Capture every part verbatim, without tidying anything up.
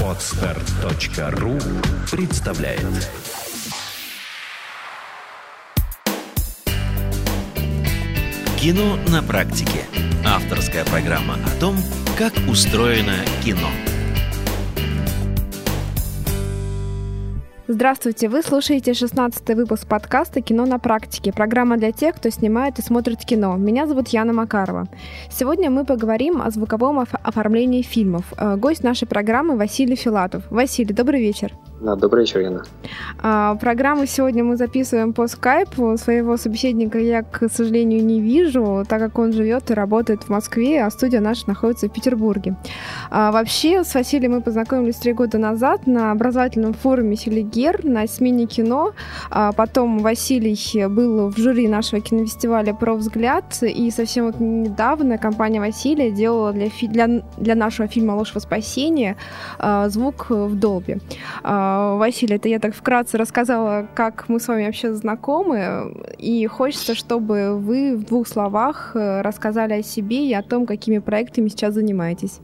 Подстер точка ру представляет. Кино на практике. Авторская программа о том, как устроено кино. Здравствуйте, вы слушаете шестнадцатый выпуск подкаста «Кино на практике». Программа для тех, кто снимает и смотрит кино. Меня зовут Яна Макарова. Сегодня мы поговорим о звуковом оформлении фильмов. Гость нашей программы Василий Филатов. Василий, добрый вечер. Да, добрый вечер, Яна. А, программу сегодня мы записываем по скайпу. Своего собеседника я, к сожалению, не вижу, так как он живет и работает в Москве, а студия наша находится в Петербурге. А, вообще, с Василием мы познакомились три года назад на образовательном форуме «Селигер» на смене кино. А, потом Василий был в жюри нашего кинофестиваля «Про взгляд», и совсем вот недавно компания Василия делала для, фи- для, для нашего фильма «Ложь во спасение» а, звук в Долби. А, Василий, это я так вкратце рассказала, как мы с вами вообще знакомы, и хочется, чтобы вы в двух словах рассказали о себе и о том, какими проектами сейчас занимаетесь.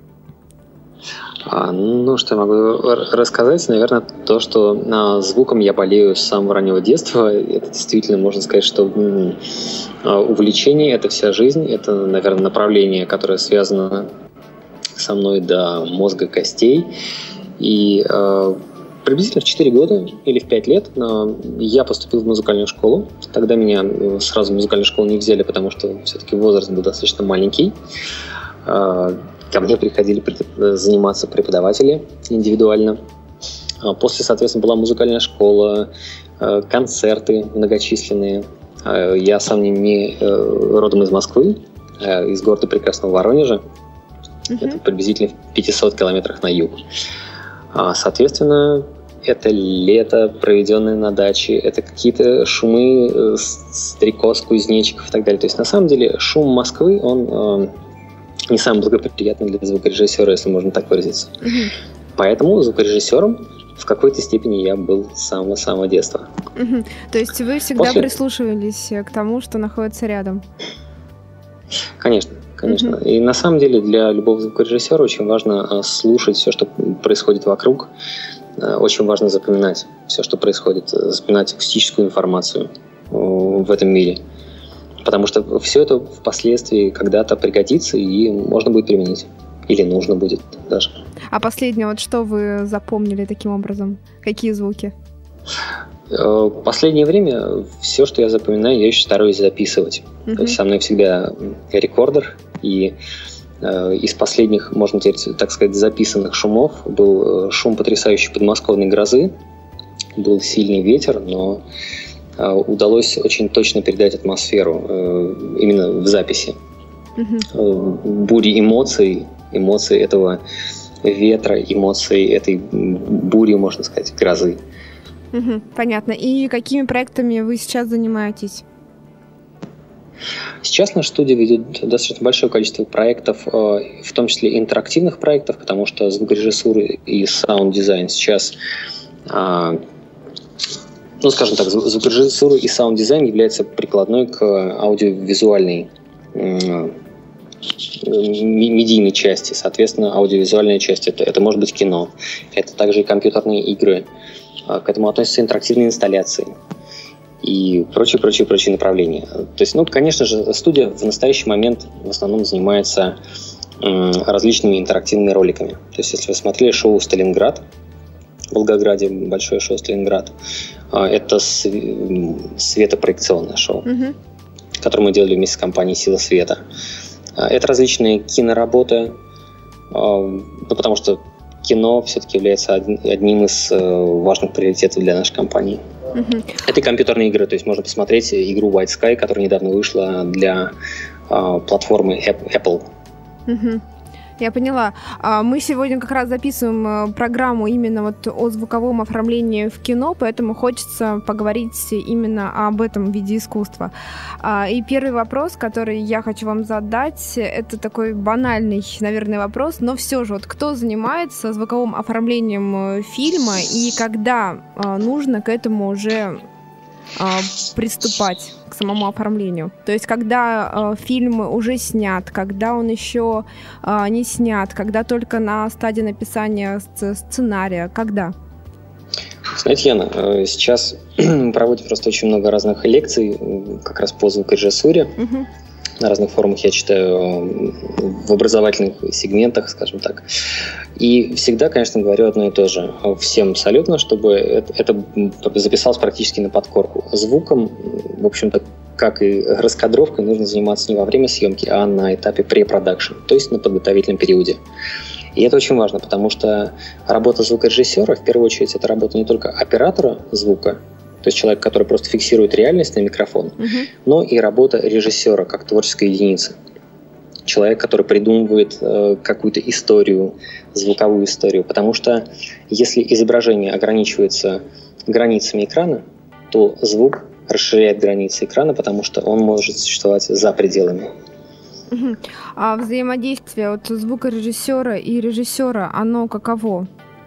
А, ну, что я могу рассказать? Наверное, то, что а, звуком я болею с самого раннего детства. Это действительно, можно сказать, что м- увлечение — это вся жизнь. Это, наверное, направление, которое связано со мной до мозга костей. И э, приблизительно в четыре года или в пять лет э, я поступил в музыкальную школу. Тогда меня сразу в музыкальную школу не взяли, потому что все-таки возраст был достаточно маленький. Э, ко мне приходили пред, заниматься преподаватели индивидуально. Э, после, соответственно, была музыкальная школа, э, концерты многочисленные. Э, я сам не э, родом из Москвы, э, из города прекрасного Воронежа. Mm-hmm. Это приблизительно в пятисот километрах на юг. Соответственно, это лето, проведенное на даче, это какие-то шумы стрекоз, кузнечиков и так далее. То есть, на самом деле, шум Москвы, он э, не самый благоприятный для звукорежиссера, если можно так выразиться. Mm-hmm. Поэтому звукорежиссером в какой-то степени я был с самого-самого детства. Mm-hmm. То есть вы всегда После... прислушивались к тому, что находится рядом? Конечно. Конечно. Mm-hmm. И на самом деле для любого звукорежиссера очень важно слушать все, что происходит вокруг. Очень важно запоминать все, что происходит, запоминать акустическую информацию в этом мире. Потому что все это впоследствии когда-то пригодится и можно будет применить. Или нужно будет даже. А последнее, вот что вы запомнили таким образом? Какие звуки? В последнее время все, что я запоминаю, я еще стараюсь записывать. Uh-huh. То есть со мной всегда рекордер, и э, из последних, можно теперь, так сказать, записанных шумов был шум потрясающей подмосковной грозы. Был сильный ветер, но э, удалось очень точно передать атмосферу э, именно в записи. Uh-huh. Э, бури эмоций, эмоций этого ветра, эмоций этой бури, можно сказать, грозы. Угу, понятно. И какими проектами вы сейчас занимаетесь? Сейчас наша студия ведет достаточно большое количество проектов, в том числе интерактивных проектов, потому что звукорежиссура и саунд-дизайн сейчас, ну, скажем так, звукорежиссура и саунд-дизайн является прикладной к аудиовизуальной медийной части. Соответственно, аудиовизуальная часть это, это может быть кино, это также и компьютерные игры. К этому относятся интерактивные инсталляции и прочие-прочие-прочие направления. То есть, ну, конечно же, студия в настоящий момент в основном занимается м, различными интерактивными роликами. То есть, если вы смотрели шоу «Сталинград», в Волгограде большое шоу «Сталинград», это св- светопроекционное шоу, mm-hmm. которое мы делали вместе с компанией «Сила света». Это различные киноработы, ну, потому что кино все-таки является одним из важных приоритетов для нашей компании. Uh-huh. Это и компьютерные игры, то есть можно посмотреть игру White Sky, которая недавно вышла для uh, платформы Apple. Uh-huh. Я поняла. Мы сегодня как раз записываем программу именно вот о звуковом оформлении в кино, поэтому хочется поговорить именно об этом виде искусства. И первый вопрос, который я хочу вам задать, это такой банальный, наверное, вопрос, но все же, вот кто занимается звуковым оформлением фильма и когда нужно к этому уже а, приступать к самому оформлению? То есть, когда а, фильм уже снят, когда он еще а, не снят, когда только на стадии написания сценария, когда? Знаете, Яна, сейчас проводят просто очень много разных лекций как раз по звукорежиссуре. Угу. На разных форумах я читаю в образовательных сегментах, скажем так. И всегда, конечно, говорю одно и то же. Всем абсолютно, чтобы это, это записалось практически на подкорку. Звуком, в общем-то, как и раскадровкой, нужно заниматься не во время съемки, а на этапе препродакшн, то есть на подготовительном периоде. И это очень важно, потому что работа звукорежиссера, в первую очередь, это работа не только оператора звука, то есть человек, который просто фиксирует реальность на микрофон, uh-huh. но и работа режиссера как творческой единицы. Человек, который придумывает э, какую-то историю, звуковую историю. Потому что если изображение ограничивается границами экрана, то звук расширяет границы экрана, потому что он может существовать за пределами. Uh-huh. А взаимодействие от звукорежиссера и режиссера, оно каково?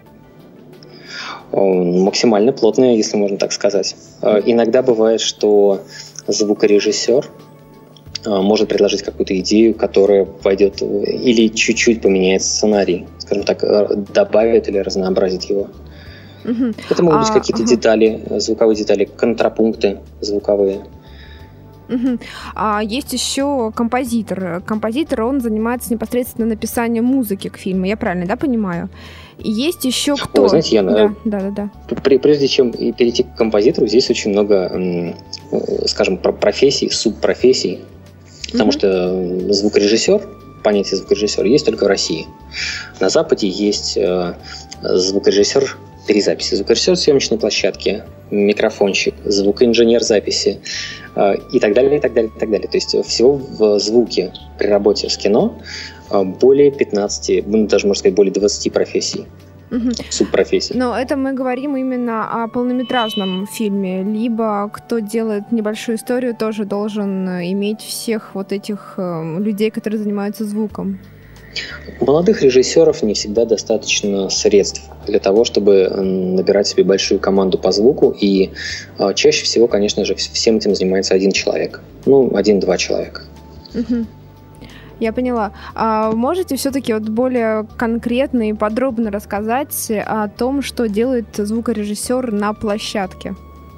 Максимально плотная, если можно так сказать. Иногда бывает, что звукорежиссер может предложить какую-то идею, которая пойдет или чуть-чуть поменяет сценарий, скажем так, добавит или разнообразит его. Угу. Это могут быть а, какие-то ага. детали, звуковые детали, контрапункты звуковые. Угу. А есть еще композитор. Композитор, он занимается непосредственно написанием музыки к фильму. Я правильно, да, понимаю? И есть еще кто? О, знаете, Яна, да, да, да, да. Прежде чем перейти к композитору, здесь очень много, скажем, профессий, субпрофессий. Потому угу. что звукорежиссер, понятие звукорежиссер есть только в России. На Западе есть звукорежиссер перезаписи, звукорежиссер съемочной площадки, микрофонщик, звукоинженер записи и так далее, и так далее, и так далее. То есть всего в звуке при работе с кино более пятнадцати, даже, можно сказать, более двадцати профессий, угу. субпрофессий. Но это мы говорим именно о полнометражном фильме, либо кто делает небольшую историю, тоже должен иметь всех вот этих людей, которые занимаются звуком. У молодых режиссеров не всегда достаточно средств для того, чтобы набирать себе большую команду по звуку, и э, чаще всего, конечно же, всем этим занимается один человек, ну, один-два человека. Угу. Я поняла. А можете все-таки вот более конкретно и подробно рассказать о том, что делает звукорежиссер на площадке?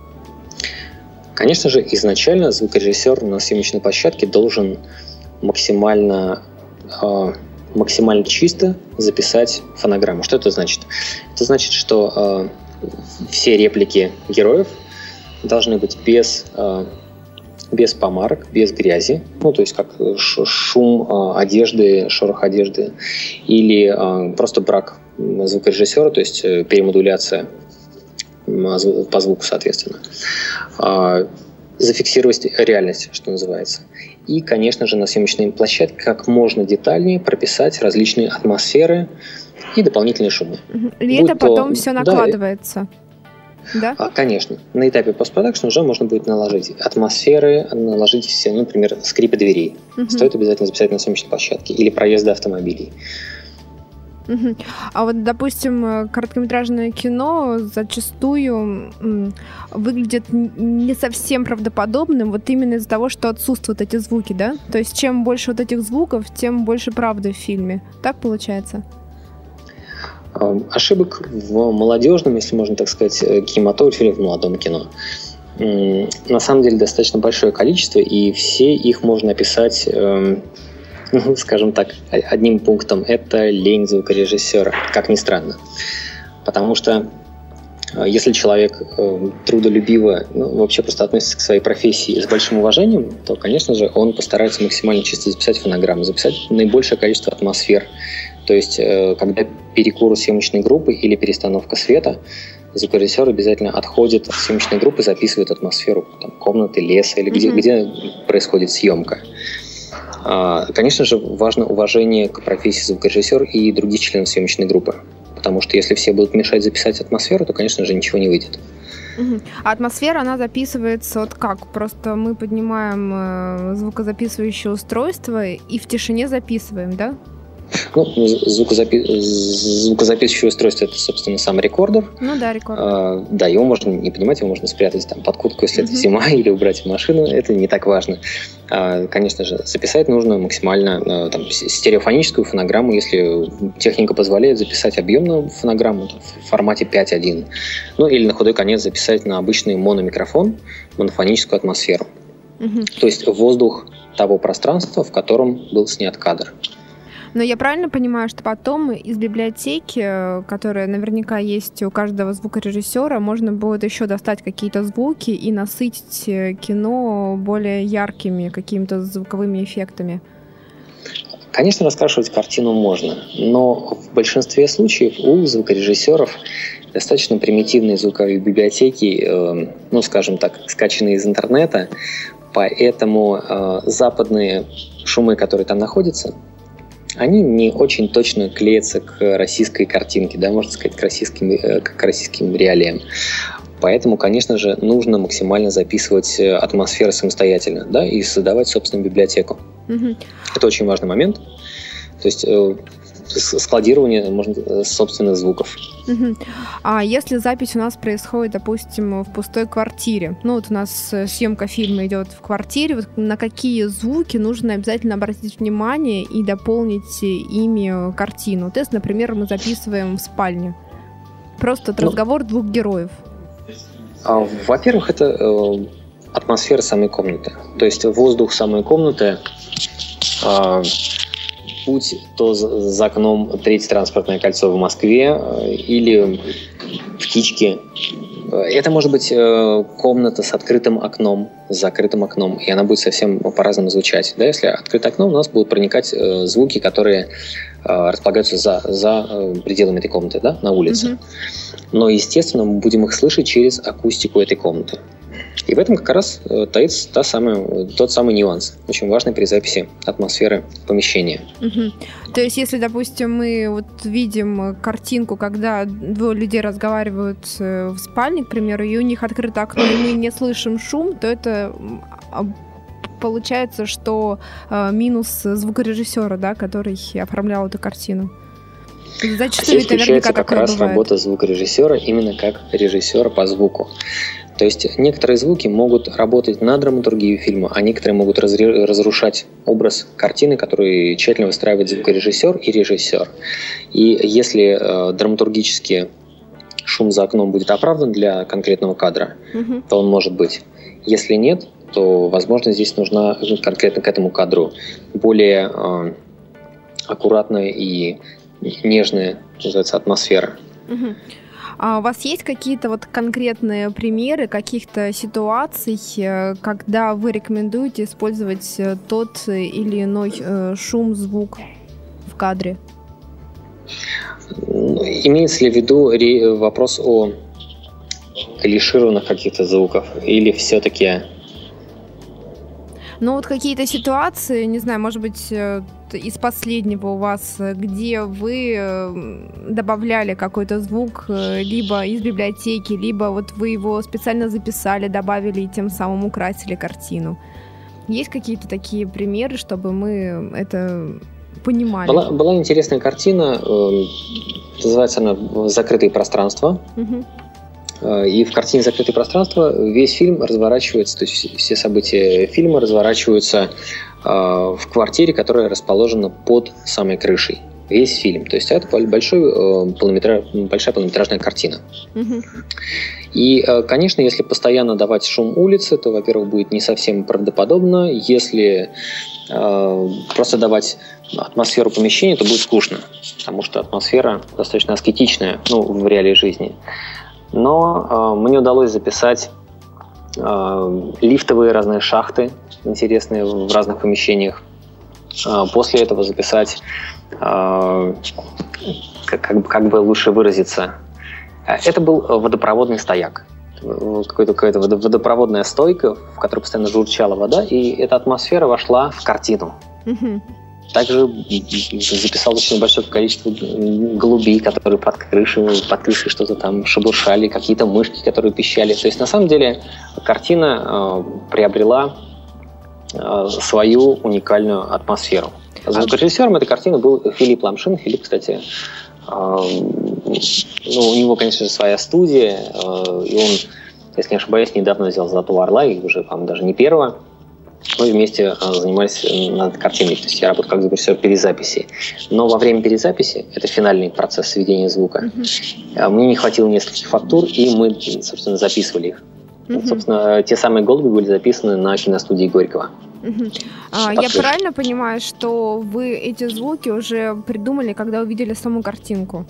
Конечно же, изначально звукорежиссер на съемочной площадке должен максимально... Э, максимально чисто записать фонограмму. Что это значит? Это значит, что э, все реплики героев должны быть без, э, без помарок, без грязи, ну, то есть как шум э, одежды, шорох одежды, или э, просто брак звукорежиссера, то есть э, перемодуляция э, по звуку, соответственно. Э, зафиксировать реальность, что называется. И, конечно же, на съемочной площадке как можно детальнее прописать различные атмосферы и дополнительные шумы. И это потом то... все накладывается? Да, да? Конечно. На этапе постпродакшн уже можно будет наложить атмосферы, наложить все, например, скрипы дверей. Угу. Стоит обязательно записать на съемочной площадке. Или проезды автомобилей. Угу. А вот, допустим, короткометражное кино зачастую м, выглядит не совсем правдоподобным, вот именно из-за того, что отсутствуют эти звуки, да? То есть чем больше вот этих звуков, тем больше правды в фильме. Так получается? Ошибок в молодежном, если можно так сказать, кинематографе или в молодом кино на самом деле достаточно большое количество, и все их можно описать... Ну, скажем так, одним пунктом — это лень звукорежиссера, как ни странно. Потому что если человек э, трудолюбиво, ну, вообще просто относится к своей профессии с большим уважением, то, конечно же, он постарается максимально чисто записать фонограмму, записать наибольшее количество атмосфер. То есть, э, когда перекур съемочной группы или перестановка света, звукорежиссер обязательно отходит от съемочной группы, записывает атмосферу там, комнаты, леса или где, mm-hmm. где происходит съемка. Конечно же, важно уважение к профессии звукорежиссера и других членов съемочной группы. Потому что если все будут мешать записать атмосферу, то, конечно же, ничего не выйдет. Угу. А атмосфера, она записывается вот как? Просто мы поднимаем э, звукозаписывающее устройство и в тишине записываем, да? Ну, звукозапи... звукозаписывающее устройство — это, собственно, сам рекордер. Ну да, рекордер. А, да, его можно не понимать, его можно спрятать там под куртку, если mm-hmm. это зима, или убрать в машину. Это не так важно. А, конечно же, записать нужно максимально там, стереофоническую фонограмму, если техника позволяет записать объемную фонограмму в формате пять один. Ну, или на худой конец записать на обычный мономикрофон монофоническую атмосферу. Mm-hmm. То есть воздух того пространства, в котором был снят кадр. Но я правильно понимаю, что потом из библиотеки, которая наверняка есть у каждого звукорежиссера, можно будет еще достать какие-то звуки и насытить кино более яркими какими-то звуковыми эффектами? Конечно, раскрашивать картину можно, но в большинстве случаев у звукорежиссеров достаточно примитивные звуковые библиотеки, э, ну, скажем так, скачанные из интернета, поэтому э, западные шумы, которые там находятся, они не очень точно клеятся к российской картинке, да, можно сказать, к российским, к российским реалиям. Поэтому, конечно же, нужно максимально записывать атмосферу самостоятельно, да, и создавать собственную библиотеку. Mm-hmm. Это очень важный момент. То есть э, складирование, можно, собственных звуков. Uh-huh. А если запись у нас происходит, допустим, в пустой квартире, ну вот у нас съемка фильма идет в квартире, вот на какие звуки нужно обязательно обратить внимание и дополнить ими картину? То есть, например, мы записываем в спальне. Просто ну, разговор двух героев. А, во-первых, это э, атмосфера самой комнаты. То есть воздух самой комнаты, э, будь то за окном третье транспортное кольцо в Москве или птички. Это может быть комната с открытым окном, с закрытым окном, и она будет совсем по-разному звучать. Да, если открытое окно, у нас будут проникать звуки, которые располагаются за, за пределами этой комнаты, да, на улице. Mm-hmm. Но, естественно, мы будем их слышать через акустику этой комнаты. И в этом как раз таится та самая, тот самый нюанс, очень важный при записи атмосферы помещения. Угу. То есть, если, допустим, мы вот видим картинку, когда двое людей разговаривают в спальне, к примеру, и у них открыто окно, и мы не слышим шум, то это получается, что минус звукорежиссера, да, который оформлял эту картину. Зачастую здесь включается как раз бывает. Работа звукорежиссера именно как режиссера по звуку. То есть некоторые звуки могут работать на драматургию фильма, а некоторые могут разре- разрушать образ картины, который тщательно выстраивает звукорежиссер и режиссер. И если э, драматургически шум за окном будет оправдан для конкретного кадра, mm-hmm. то он может быть. Если нет, то, возможно, здесь нужна конкретно к этому кадру более э, аккуратная и нежная, называется, атмосфера. Mm-hmm. А у вас есть какие-то вот конкретные примеры каких-то ситуаций, когда вы рекомендуете использовать тот или иной шум, звук в кадре? Имеется ли в виду вопрос о клишированных каких-то звуках или все-таки... Ну вот какие-то ситуации, не знаю, может быть, из последнего у вас, где вы добавляли какой-то звук либо из библиотеки, либо вот вы его специально записали, добавили и тем самым украсили картину. Есть какие-то такие примеры, чтобы мы это понимали? Была, была интересная картина, называется она «Закрытые пространства». Угу. И в картине «Закрытое пространство» весь фильм разворачивается, то есть все события фильма разворачиваются э, в квартире, которая расположена под самой крышей. Весь фильм. То есть это большой, э, полнометраж, большая полнометражная картина. Mm-hmm. И, э, конечно, если постоянно давать шум улицы, то, во-первых, будет не совсем правдоподобно. Если э, просто давать атмосферу помещения, то будет скучно, потому что атмосфера достаточно аскетичная, ну, в реалии жизни. Но э, мне удалось записать э, лифтовые разные шахты, интересные в разных помещениях. Э, после этого записать, э, как, как, как бы лучше выразиться, это был водопроводный стояк. Какая-то, какая-то водопроводная стойка, в которой постоянно журчала вода, и эта атмосфера вошла в картину. Mm-hmm. Также записал очень большое количество голубей, которые под крышей, под крышей что-то там шебуршали, какие-то мышки, которые пищали. То есть, на самом деле, картина э, приобрела э, свою уникальную атмосферу. Звукорежиссером этой картины был Филипп Ламшин. Филипп, кстати, ну, у него, конечно же, своя студия, и он, если не ошибаюсь, недавно взял «Золотого орла», и уже, по-моему, даже не первого. Мы вместе занимались над картиной, то есть я работаю как звукорежиссер перезаписи. Но во время перезаписи, это финальный процесс сведения звука, uh-huh. мне не хватило нескольких фактур, и мы, собственно, записывали их. Uh-huh. Собственно, те самые «Голуби» были записаны на киностудии Горького. Uh-huh. А, я правильно понимаю, что вы эти звуки уже придумали, когда увидели саму картинку?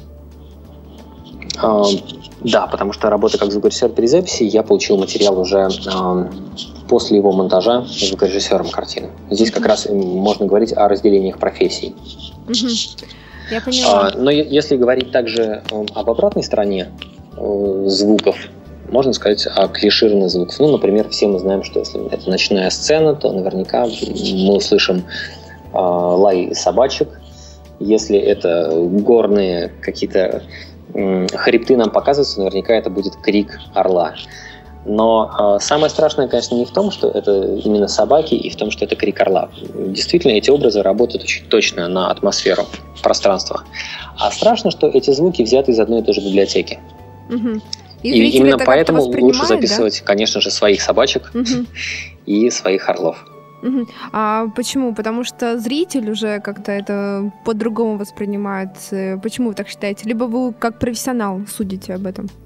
А, да, потому что работая как звукорежиссер перезаписи, я получил материал уже а, после его монтажа звукорежиссером картины. Здесь uh-huh. как раз можно говорить о разделениях профессий. Uh-huh. Я поняла. А, но если говорить также об обратной стороне э, звуков, можно сказать о клишированных звуках. Ну, например, все мы знаем, что если это ночная сцена, то наверняка мы услышим э, лай собачек. Если это горные какие-то э, хребты нам показываются, наверняка это будет крик орла. Но э, самое страшное, конечно, не в том, что это именно собаки, и в том, что это крик орла. Действительно, эти образы работают очень точно на атмосферу пространства. А страшно, что эти звуки взяты из одной и той же библиотеки. Угу. И, и именно поэтому лучше записывать, да? конечно же, своих собачек угу. и своих орлов. Угу. А почему? Потому что зритель уже как-то это по-другому воспринимает. Почему вы так считаете? Либо вы как профессионал судите об этом?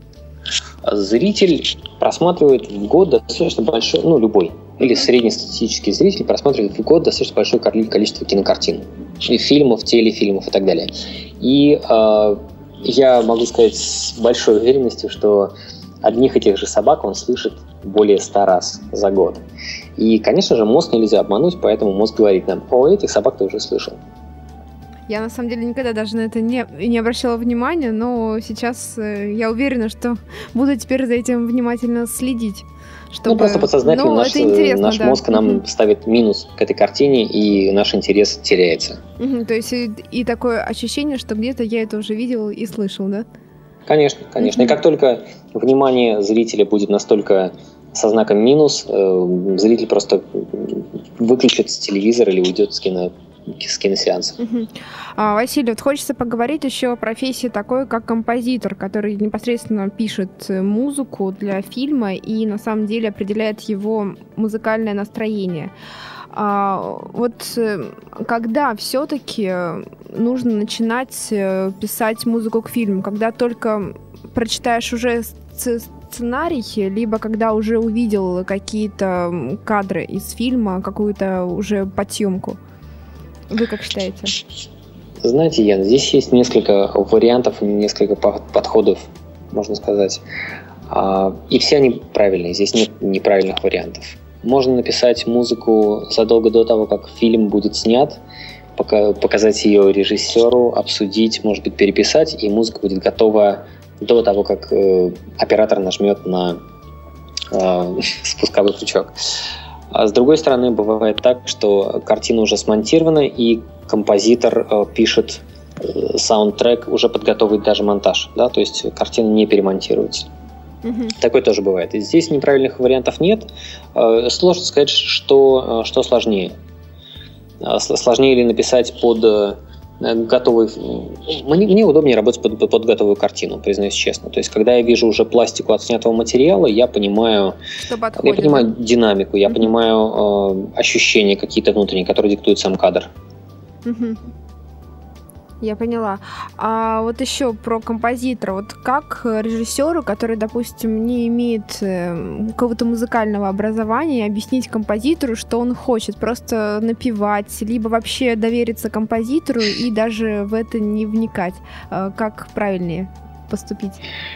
Зритель просматривает в год достаточно большой, ну, любой, или среднестатистический зритель просматривает в год достаточно большое количество кинокартин, и фильмов, телефильмов и так далее. И э, я могу сказать с большой уверенностью, что одних и тех же собак он слышит более ста раз за год. И, конечно же, мозг нельзя обмануть, поэтому мозг говорит нам: о, этих собак ты уже слышал. Я, на самом деле, никогда даже на это не, не обращала внимания, но сейчас э, я уверена, что буду теперь за этим внимательно следить. Чтобы... Ну, просто подсознательно ну, наш, наш да. мозг нам uh-huh. ставит минус к этой картине, и наш интерес теряется. Uh-huh. То есть и, и такое ощущение, что где-то я это уже видел и слышал, да? Конечно, конечно. Uh-huh. И как только внимание зрителя будет настолько со знаком минус, э, зритель просто выключит телевизор или уйдет с кино. с киносеанса. Uh-huh. А, Василий, вот хочется поговорить еще о профессии такой, как композитор, который непосредственно пишет музыку для фильма и на самом деле определяет его музыкальное настроение. А, вот когда все-таки нужно начинать писать музыку к фильму? Когда только прочитаешь уже сценарий, либо когда уже увидел какие-то кадры из фильма, какую-то уже подсъемку? Вы как считаете? Знаете, Ян, здесь есть несколько вариантов, несколько подходов, можно сказать. И все они правильные, здесь нет неправильных вариантов. Можно написать музыку задолго до того, как фильм будет снят, показать ее режиссеру, обсудить, может быть, переписать, и музыка будет готова до того, как оператор нажмет на спусковой крючок. А с другой стороны, бывает так, что картина уже смонтирована, и композитор э, пишет э, саундтрек, уже подготовит даже монтаж, да, то есть картина не перемонтируется. Mm-hmm. Такое тоже бывает. И здесь неправильных вариантов нет. Э, сложно сказать, что, что сложнее. Э, сложнее ли написать под э, готовый... Мне, мне удобнее работать под, под готовую картину, признаюсь честно. То есть, когда я вижу уже пластику от снятого материала, я понимаю, я понимаю динамику, я mm-hmm. понимаю э, ощущения какие-то внутренние, которые диктует сам кадр. Mm-hmm. Я поняла. А вот еще про композитора. Вот как режиссеру, который, допустим, не имеет э, какого-то музыкального образования, объяснить композитору, что он хочет? Просто напевать, либо вообще довериться композитору и даже в это не вникать? Э, как правильнее поступить?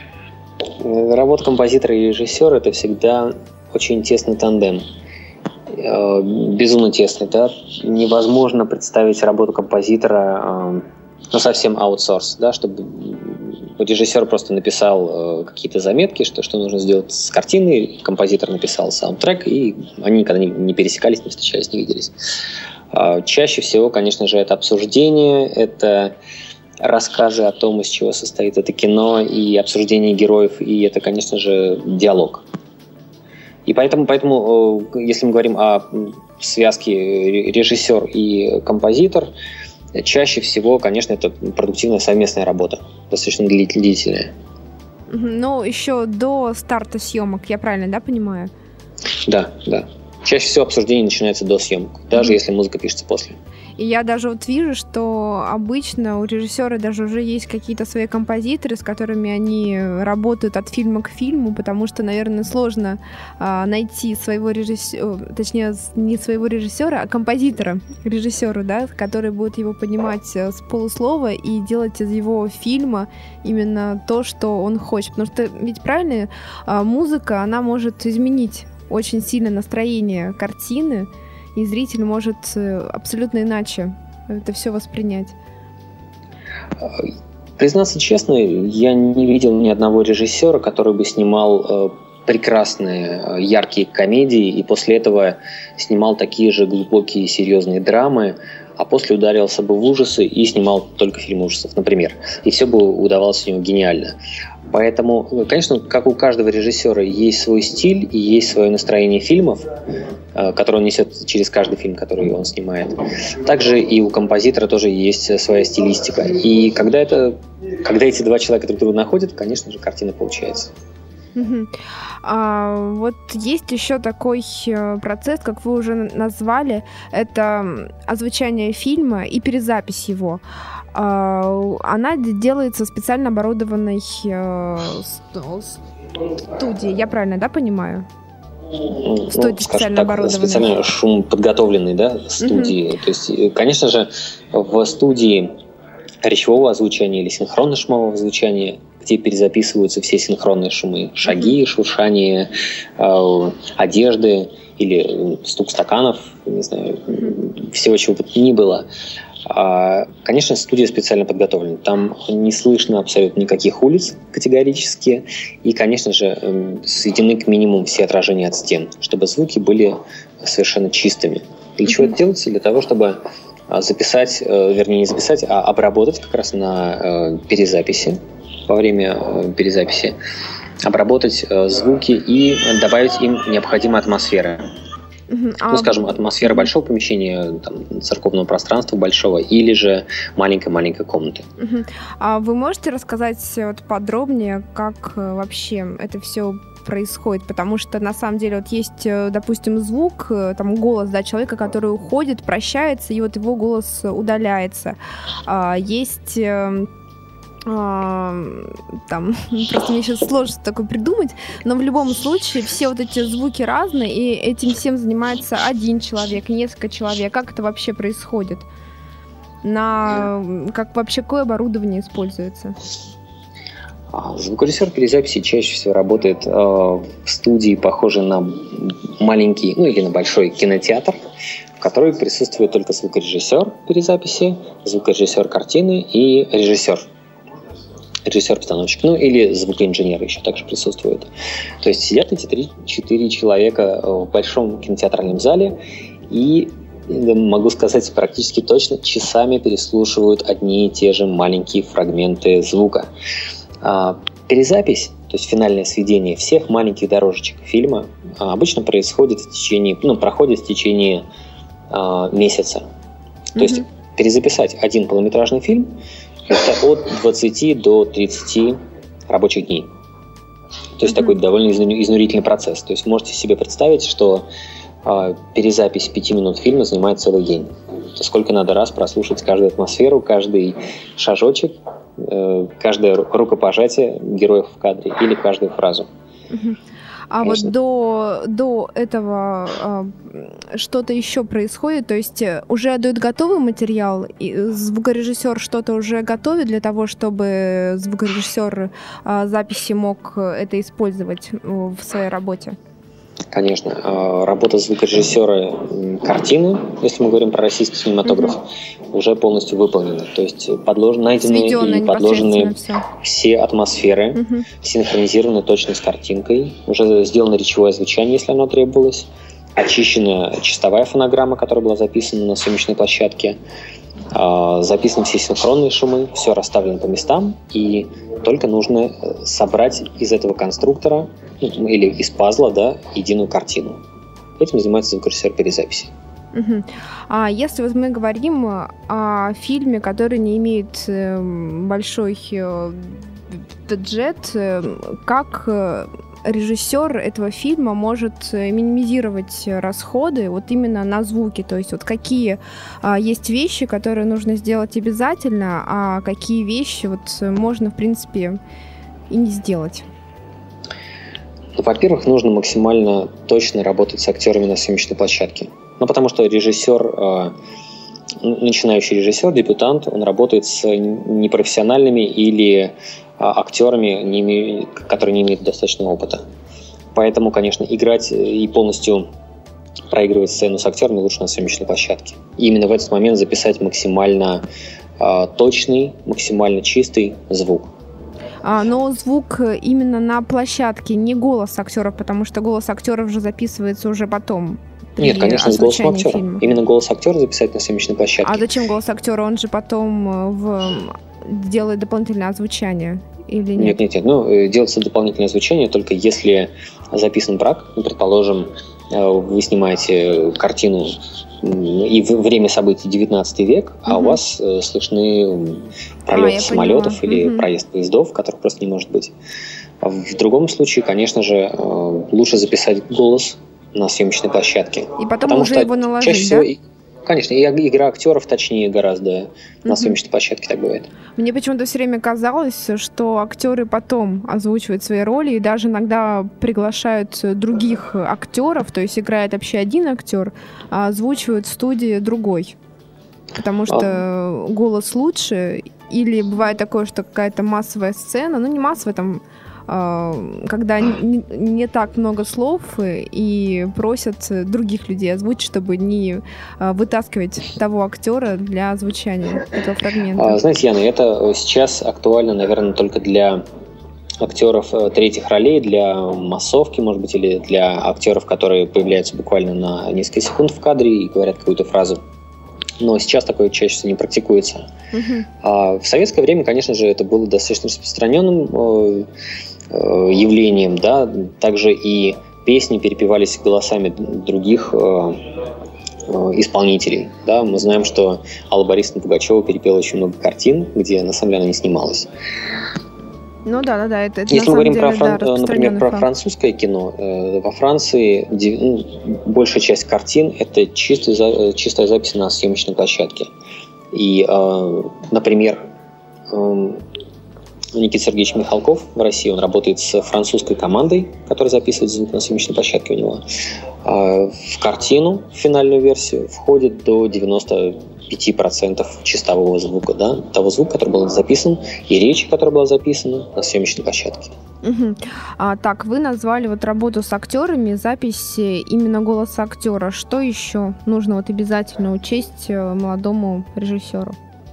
Работа композитора и режиссера — это всегда очень тесный тандем. Э, безумно тесный, да? Невозможно представить работу композитора... Э, ну, совсем аутсорс, да, чтобы режиссер просто написал э, какие-то заметки, что, что нужно сделать с картиной, композитор написал саундтрек, и они никогда не, не пересекались, не встречались, не виделись. Э, чаще всего, конечно же, это обсуждение, это рассказы о том, из чего состоит это кино, и обсуждение героев, и это, конечно же, диалог. И поэтому, поэтому, если мы говорим о связке режиссер и композитор, чаще всего, конечно, это продуктивная совместная работа, достаточно длительная. Ну, еще до старта съемок, я правильно, да, понимаю? Да, да. Чаще всего обсуждение начинается до съемок, даже mm-hmm. если музыка пишется после. И я даже вот вижу, что обычно у режиссера даже уже есть какие-то свои композиторы, с которыми они работают от фильма к фильму, потому что, наверное, сложно а, найти своего режиссера, точнее, не своего режиссера, а композитора, режиссера, да, который будет его понимать с полуслова и делать из его фильма именно то, что он хочет. Потому что ведь правильно, а, музыка, она может изменить очень сильно настроение картины, и зритель может абсолютно иначе это все воспринять. Признаться честно, я не видел ни одного режиссера, который бы снимал прекрасные, яркие комедии и после этого снимал такие же глубокие, серьезные драмы, а после ударился бы в ужасы и снимал только фильмы ужасов, например. И все бы удавалось у него гениально. Поэтому, конечно, как у каждого режиссера есть свой стиль и есть свое настроение фильмов, которое он несет через каждый фильм, который он снимает. Также и у композитора тоже есть своя стилистика. И когда, это, когда эти два человека друг друга находят, конечно же, картина получается. Угу. А, вот есть еще такой процесс, как вы уже назвали, это озвучание фильма и перезапись его. А, она делается в специально оборудованной а, студии, я правильно, да, понимаю? Ну, скажем так, специально шум подготовленной, да, студии. Угу. То есть, конечно же, в студии речевого озвучания или синхронно-шумового звучания, где перезаписываются все синхронные шумы, шаги, mm-hmm. шуршание э, одежды или стук стаканов, не знаю, mm-hmm. всего, чего бы ни было. А, конечно, студия специально подготовлена. Там не слышно абсолютно никаких улиц категорически. И, конечно же, сведены к минимуму все отражения от стен, чтобы звуки были совершенно чистыми. Для mm-hmm. чего это делается? Для того, чтобы записать, вернее, не записать, а обработать как раз на перезаписи, во время перезаписи, обработать звуки и добавить им необходимые атмосферы. Uh-huh. Ну, скажем, атмосфера большого помещения, там, церковного пространства большого, или же маленькой-маленькой комнаты. Uh-huh. А вы можете рассказать вот подробнее, как вообще это все происходит? Потому что на самом деле вот есть, допустим, звук, там голос, да, человека, который уходит, прощается, и вот его голос удаляется. А, есть там, просто мне сейчас сложно такое придумать, но в любом случае все вот эти звуки разные, и этим всем занимается один человек, несколько человек. Как это вообще происходит? На как вообще какое оборудование используется? Звукорежиссер перезаписи чаще всего работает э, в студии, похожей на маленький, ну или на большой кинотеатр, в которой присутствует только звукорежиссер перезаписи, звукорежиссер картины и режиссер. Режиссер-постановщик, ну или звукоинженер еще также присутствует. То есть сидят эти три-четыре человека в большом кинотеатральном зале и, могу сказать практически точно, часами переслушивают одни и те же маленькие фрагменты звука. А перезапись, то есть финальное сведение всех маленьких дорожечек фильма обычно происходит в течение, ну, проходит в течение а, месяца. То mm-hmm. есть перезаписать один полнометражный фильм это от двадцати до тридцати рабочих дней. То есть mm-hmm. такой довольно изнурительный процесс. То есть можете себе представить, что э, перезапись пяти минут фильма занимает целый день. То сколько надо раз прослушать каждую атмосферу, каждый шажочек, э, каждое рукопожатие героев в кадре или каждую фразу. Mm-hmm. А Конечно. вот до, до этого а, что-то еще происходит? То есть уже отдают готовый материал, и звукорежиссер что-то уже готовит для того, чтобы звукорежиссер а, записи мог это использовать в своей работе? Конечно. Работа звукорежиссера картины, если мы говорим про российский кинематограф, угу. уже полностью выполнена. То есть подлож... найдены Сведённо и подложены все. все атмосферы, угу. синхронизированы точно с картинкой, уже сделано речевое звучание, если оно требовалось, очищена чистовая фонограмма, которая была записана на съемочной площадке, записаны все синхронные шумы, все расставлено по местам, и только нужно собрать из этого конструктора, ну, или из пазла, да, единую картину. Этим занимается звукорежиссер перезаписи. Угу. А если вот мы говорим о фильме, который не имеет большой бюджет, как режиссер этого фильма может минимизировать расходы вот именно на звуки? То есть вот какие а, есть вещи, которые нужно сделать обязательно, а какие вещи вот можно, в принципе, и не сделать? Ну, во-первых, нужно максимально точно работать с актерами на съемочной площадке. Ну, потому что режиссер, начинающий режиссер, дебютант, он работает с непрофессиональными или актерами, которые не имеют достаточного опыта. Поэтому, конечно, играть и полностью проигрывать сцену с актерами лучше на съемочной площадке. И именно в этот момент записать максимально точный, максимально чистый звук. А, но звук именно на площадке, не голос актеров, потому что голос актеров же записывается уже потом. Нет, конечно, с голосом актера. Фильма. Именно голос актера записать на съемочной площадке. А зачем голос актера? Он же потом в... делает дополнительное озвучание или нет? Нет, нет, нет. Ну, делается дополнительное озвучание только если записан брак. Ну, предположим, вы снимаете картину и время событий девятнадцатый век, угу. а у вас слышны пролеты а, самолетов поняла. или угу. проезд поездов, которых просто не может быть. В другом случае, конечно же, лучше записать голос на съемочной площадке. И потом Потому уже его наложить, чаще да? всего, конечно, и игра актеров точнее гораздо uh-huh. на съемочной площадке так бывает. Мне почему-то все время казалось, что актеры потом озвучивают свои роли и даже иногда приглашают других актеров, то есть играет вообще один актер, а озвучивают в студии другой. Потому что а... голос лучше, или бывает такое, что какая-то массовая сцена, ну не массовая, там когда не, не так много слов и просят других людей озвучить, чтобы не вытаскивать того актера для озвучания этого фрагмента. Знаете, Яна, это сейчас актуально, наверное, только для актеров третьих ролей, для массовки, может быть, или для актеров, которые появляются буквально на несколько секунд в кадре и говорят какую-то фразу. Но сейчас такое чаще всего не практикуется. Uh-huh. А в советское время, конечно же, это было достаточно распространенным э, э, явлением, да, также и песни перепевались голосами других э, э, исполнителей. Да. Мы знаем, что Алла Борисовна Пугачева перепела очень много картин, где на самом деле она не снималась. Ну да, да, да. Это, это Если мы говорим, деле, про, фран... да, например, про французское кино, э, во Франции ди... ну, большая часть картин – это чистая, за... чистая запись на съемочной площадке. И, э, например, э, Никита Сергеевич Михалков в России, он работает с французской командой, которая записывает звук на съемочной площадке у него. Э, в картину, в финальную версию, входит до девяносто пять процентов чистового звука, да, того звука, который был записан, и речи, которая была записана на съемочной площадке. Угу. А, так, вы назвали вот работу с актерами, запись именно голоса актера. Что еще нужно вот обязательно учесть молодому режиссеру?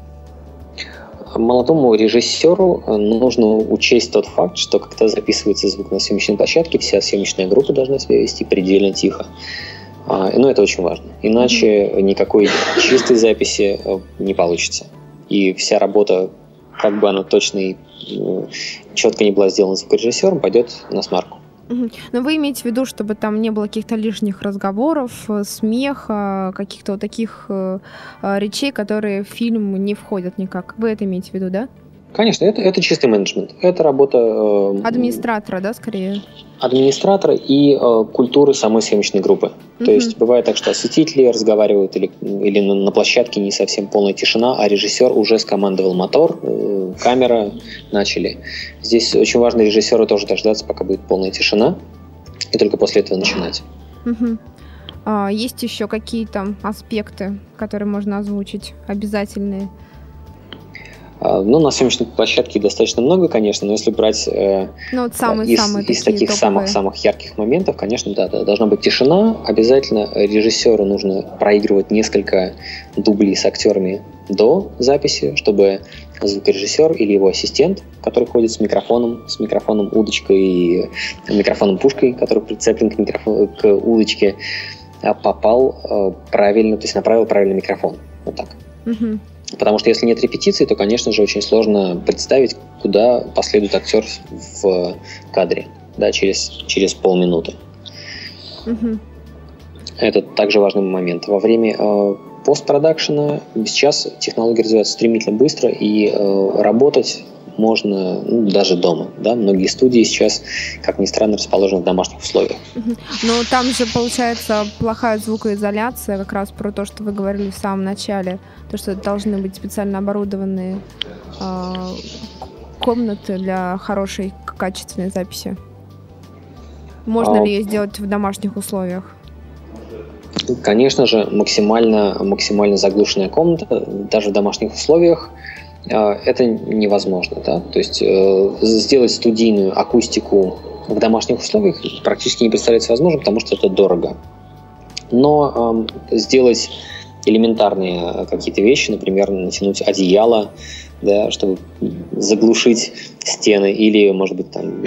Молодому режиссеру нужно учесть тот факт, что когда записывается звук на съемочной площадке, вся съемочная группа должна себя вести предельно тихо. Но это очень важно. Иначе mm-hmm. никакой чистой записи не получится. И вся работа, как бы она точно и четко не была сделана звукорежиссером, пойдет на смарку. Mm-hmm. Но вы имеете в виду, чтобы там не было каких-то лишних разговоров, смеха, каких-то вот таких э, речей, которые в фильм не входят никак. Вы это имеете в виду, да? Конечно, это, это чистый менеджмент. Это работа... Э, администратора, да, скорее? Администратора и э, культуры самой съемочной группы. Uh-huh. То есть бывает так, что осветители разговаривают или, или на, на площадке не совсем полная тишина, а режиссер уже скомандовал мотор, э, камера, начали. Здесь очень важно режиссеру тоже дождаться, пока будет полная тишина, и только после этого начинать. Uh-huh. А, есть еще какие-то аспекты, которые можно озвучить, обязательные? Ну, на съемочной площадке достаточно много, конечно, но если брать э, ну, вот самые, из, самые из таких самых-самых ярких моментов, конечно, да, да, должна быть тишина. Обязательно режиссеру нужно проигрывать несколько дублей с актерами до записи, чтобы звукорежиссер или его ассистент, который ходит с микрофоном, с микрофоном удочкой и микрофоном пушкой, который прицеплен к, микрофону, к удочке, попал э, правильно, то есть направил правильный микрофон. Вот так. Угу. Потому что если нет репетиции, то, конечно же, очень сложно представить, куда последует актер в кадре, да, через, через полминуты. Угу. Это также важный момент. Во время э, постпродакшена сейчас технологии развиваются стремительно быстро, и э, работать можно, ну, даже дома. Да? Многие студии сейчас, как ни странно, расположены в домашних условиях. Угу. Но там же, получается, плохая звукоизоляция, как раз про то, что вы говорили в самом начале, то, что должны быть специально оборудованные э, комнаты для хорошей качественной записи. Можно а... ли ее сделать в домашних условиях? Конечно же, максимально, максимально заглушенная комната, даже в домашних условиях, это невозможно. Да? То есть сделать студийную акустику в домашних условиях практически не представляется возможным, потому что это дорого. Но сделать элементарные какие-то вещи, например, натянуть одеяло, да, чтобы заглушить стены, или, может быть, там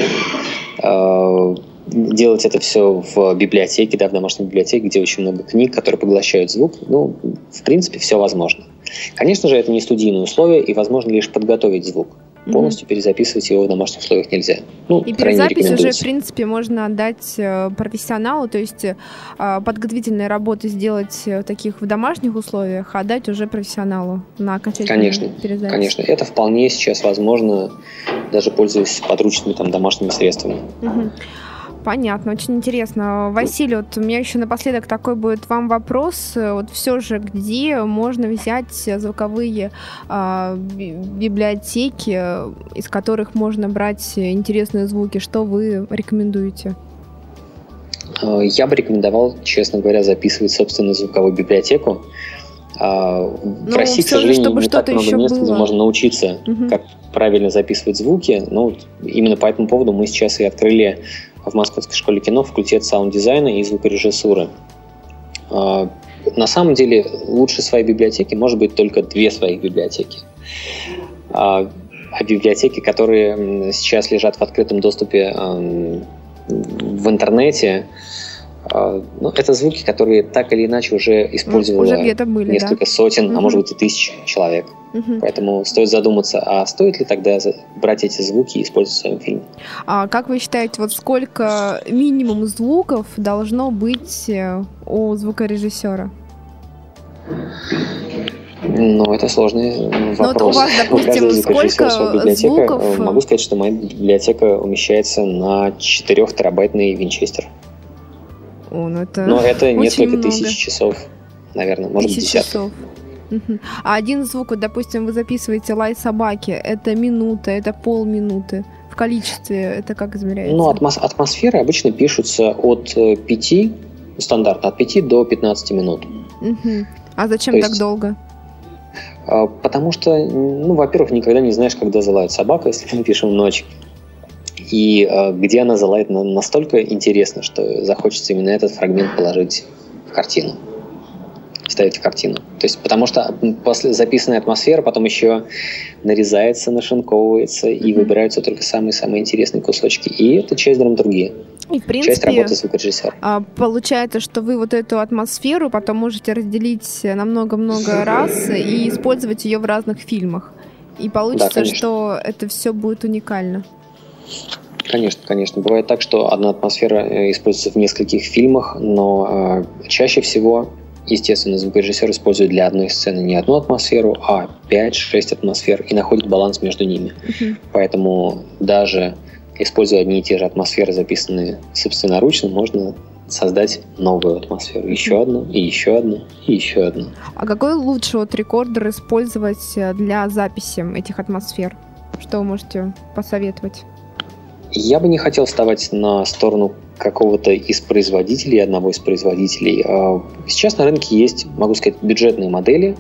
делать это все в библиотеке, да, в домашней библиотеке, где очень много книг, которые поглощают звук. Ну, в принципе, все возможно. Конечно же, это не студийные условия, и возможно лишь подготовить звук. Полностью mm-hmm. перезаписывать его в домашних условиях нельзя. Ну, и перезапись уже, в принципе, можно отдать профессионалу, то есть подготовительные работы сделать таких в домашних условиях, а отдать уже профессионалу на окончательную конечно, перезапись. Конечно, это вполне сейчас возможно, даже пользуясь подручными там домашними средствами. Mm-hmm. Понятно, очень интересно. Василий, вот у меня еще напоследок такой будет вам вопрос. Вот все же, где можно взять звуковые э, библиотеки, из которых можно брать интересные звуки? Что вы рекомендуете? Я бы рекомендовал, честно говоря, записывать собственную звуковую библиотеку. В ну, России, к сожалению, не так много мест, было. Где можно научиться, угу. как правильно записывать звуки. Ну, именно по этому поводу мы сейчас и открыли в Московской школе кино факультет саунд-дизайна и звукорежиссуры. На самом деле лучше своей библиотеки может быть только две своих библиотеки. А библиотеки, которые сейчас лежат в открытом доступе в интернете, ну, это звуки, которые так или иначе уже использовало уже были, несколько да? сотен, угу. а может быть и тысяч человек. Угу. Поэтому стоит задуматься, а стоит ли тогда брать эти звуки и использовать в своем фильме. А как вы считаете, вот сколько минимум звуков должно быть у звукорежиссера? Ну, это сложный вопрос. Ну, вот у вас, допустим, сколько звуков? Могу сказать, что моя библиотека умещается на четырехтерабайтный винчестер. О, ну это Но это несколько много. тысяч часов, наверное, может быть, десятки. Часов. Угу. А один звук, вот, допустим, вы записываете лай собаки, это минута, это полминуты. В количестве это как измеряется? Ну, атмос- атмосферы обычно пишутся от пяти, стандартно, от пяти до пятнадцати минут. Угу. А зачем То так есть, долго? Потому что, ну, во-первых, никогда не знаешь, когда залает собака, если мы пишем ночь. И э, где она залает настолько интересно, что захочется именно этот фрагмент положить в картину, вставить в картину. То есть, потому что после записанной атмосферы потом еще нарезается, нашинковывается, mm-hmm. и выбираются только самые-самые интересные кусочки. И это часть драматургии. И, в принципе, часть работы звукорежиссера. Получается, что вы вот эту атмосферу потом можете разделить на много-много раз и использовать ее в разных фильмах. И получится, да, что это все будет уникально. Конечно, конечно. Бывает так, что одна атмосфера используется в нескольких фильмах, но э, чаще всего, естественно, звукорежиссер использует для одной сцены не одну атмосферу, а пять-шесть атмосфер и находит баланс между ними. Uh-huh. Поэтому даже используя одни и те же атмосферы, записанные собственноручно, можно создать новую атмосферу. Еще одну, и еще одну, и еще одну. А какой лучше вот рекордер использовать для записи этих атмосфер? Что вы можете посоветовать? Я бы не хотел вставать на сторону какого-то из производителей, одного из производителей. Сейчас на рынке есть, могу сказать, бюджетные модели.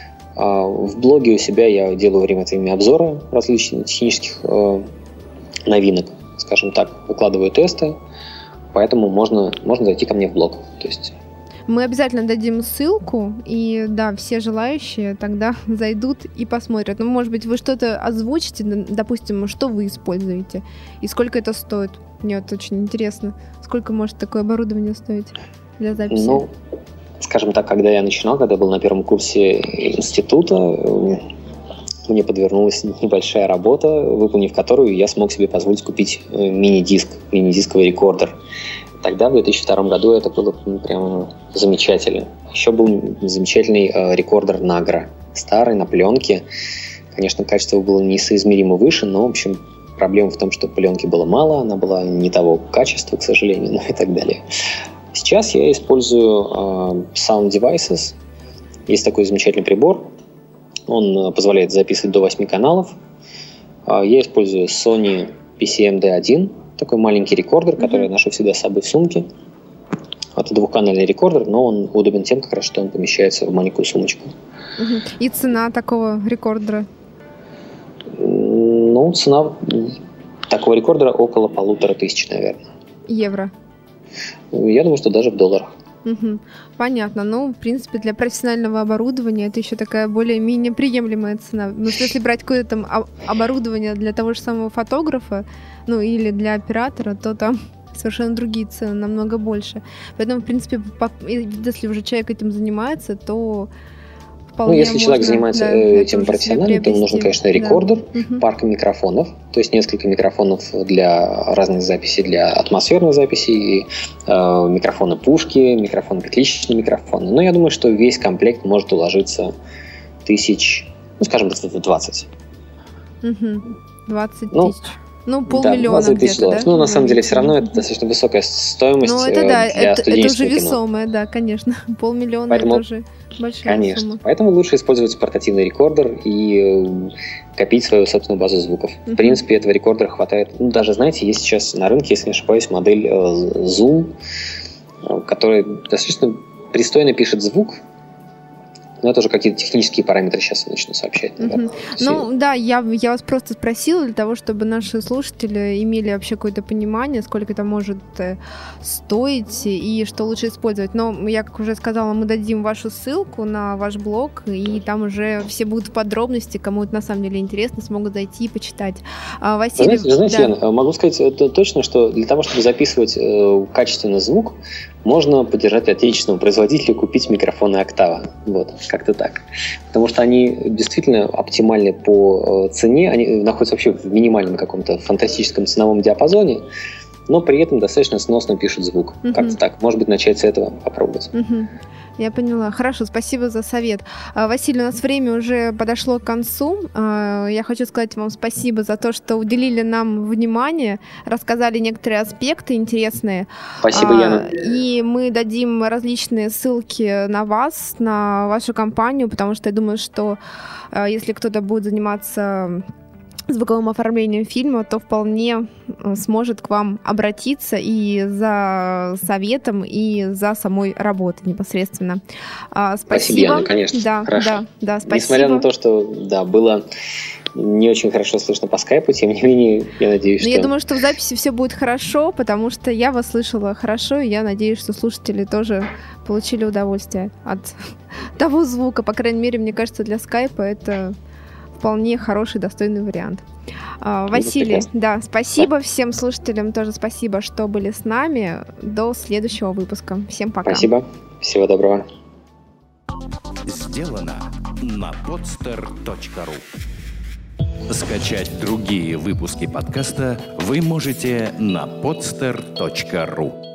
В блоге у себя я делаю время от времени обзоры различных технических новинок, скажем так, выкладываю тесты, поэтому можно, можно зайти ко мне в блог. То есть... Мы обязательно дадим ссылку, и да, все желающие тогда зайдут и посмотрят. Ну, может быть, вы что-то озвучите, допустим, что вы используете, и сколько это стоит. Мне вот очень интересно, сколько может такое оборудование стоить для записи. Ну, скажем так, когда я начинал, когда был на первом курсе института, мне подвернулась небольшая работа, выполнив которую я смог себе позволить купить мини-диск, мини-дисковый рекордер. Тогда, в две тысячи втором году, это было прям замечательно. Еще был замечательный э, рекордер Nagra, старый, на пленке. Конечно, качество было несоизмеримо выше, но, в общем, проблема в том, что пленки было мало, она была не того качества, к сожалению, ну и так далее. Сейчас я использую э, Sound Devices. Есть такой замечательный прибор. Он позволяет записывать до восьми каналов. Э, я использую Sony пи си эм ди один. Такой маленький рекордер, который mm-hmm. я ношу всегда с собой в сумке. Это двухканальный рекордер, но он удобен тем, как раз, что он помещается в маленькую сумочку. Mm-hmm. И цена такого рекордера? Ну, цена такого рекордера около полутора тысяч, наверное. Евро? Я думаю, что даже в долларах. Угу. Понятно. Ну, в принципе, для профессионального оборудования это еще такая более-менее приемлемая цена. Но если брать какое-то там оборудование для того же самого фотографа, ну, или для оператора, то там совершенно другие цены, намного больше. Поэтому, в принципе, если уже человек этим занимается, то Ну, если можно, человек занимается да, этим профессионально, то ему нужен, конечно, рекордер, да. угу. парка микрофонов, то есть несколько микрофонов для разных записей, для атмосферных записей, э, микрофоны пушки, микрофоны петличные микрофоны. Но я думаю, что весь комплект может уложиться тысяч, ну, скажем, двадцать. Угу. двадцать ну, тысяч. Ну, полмиллиона да, где-то, да? Ну, на самом деле, все равно это достаточно высокая стоимость ну, это, да, для это, студенческого это уже кино. весомое, да, конечно. Полмиллиона Поэтому, это уже большая конечно. сумма. Поэтому лучше использовать портативный рекордер и копить свою собственную базу звуков. Uh-huh. В принципе, этого рекордера хватает. Ну, даже, знаете, есть сейчас на рынке, если не ошибаюсь, модель э, Zoom, которая достаточно пристойно пишет звук. Но это уже какие-то технические параметры сейчас я начну сообщать, наверное. Uh-huh. Ну, да, я, я вас просто спросила для того, чтобы наши слушатели имели вообще какое-то понимание, сколько это может э, стоить и что лучше использовать. Но я, как уже сказала, мы дадим вашу ссылку на ваш блог, и там уже все будут подробности, кому это на самом деле интересно, смогут зайти и почитать. А, Василий, знаете, знаете да. Ян, могу сказать это точно, что для того, чтобы записывать э, качественный звук, можно поддержать отечественного производителя, купить микрофоны Octavo. Вот, как-то так. Потому что они действительно оптимальны по цене, они находятся вообще в минимальном каком-то фантастическом ценовом диапазоне, но при этом достаточно сносно пишут звук. Uh-huh. Как-то так. Может быть, начать с этого попробовать. Uh-huh. Я поняла. Хорошо, спасибо за совет. Василий, у нас время уже подошло к концу. Я хочу сказать вам спасибо за то, что уделили нам внимание, рассказали некоторые аспекты интересные. Спасибо, Яна. И мы дадим различные ссылки на вас, на вашу компанию, потому что я думаю, что если кто-то будет заниматься звуковым оформлением фильма, то вполне сможет к вам обратиться и за советом, и за самой работой непосредственно. А, спасибо. Спасибо, Яна, конечно. Да, хорошо. да, да, спасибо. Несмотря на то, что да, было не очень хорошо слышно по скайпу, тем не менее, я надеюсь, Но что... Я думаю, что в записи все будет хорошо, потому что я вас слышала хорошо, и я надеюсь, что слушатели тоже получили удовольствие от того звука. По крайней мере, мне кажется, для скайпа это вполне хороший, достойный вариант. А, Василий, да, спасибо да. всем слушателям, тоже спасибо, что были с нами. До следующего выпуска. Всем пока. Спасибо. Всего доброго. Сделано на podster точка ру. Скачать другие выпуски подкаста вы можете на podster точка ру.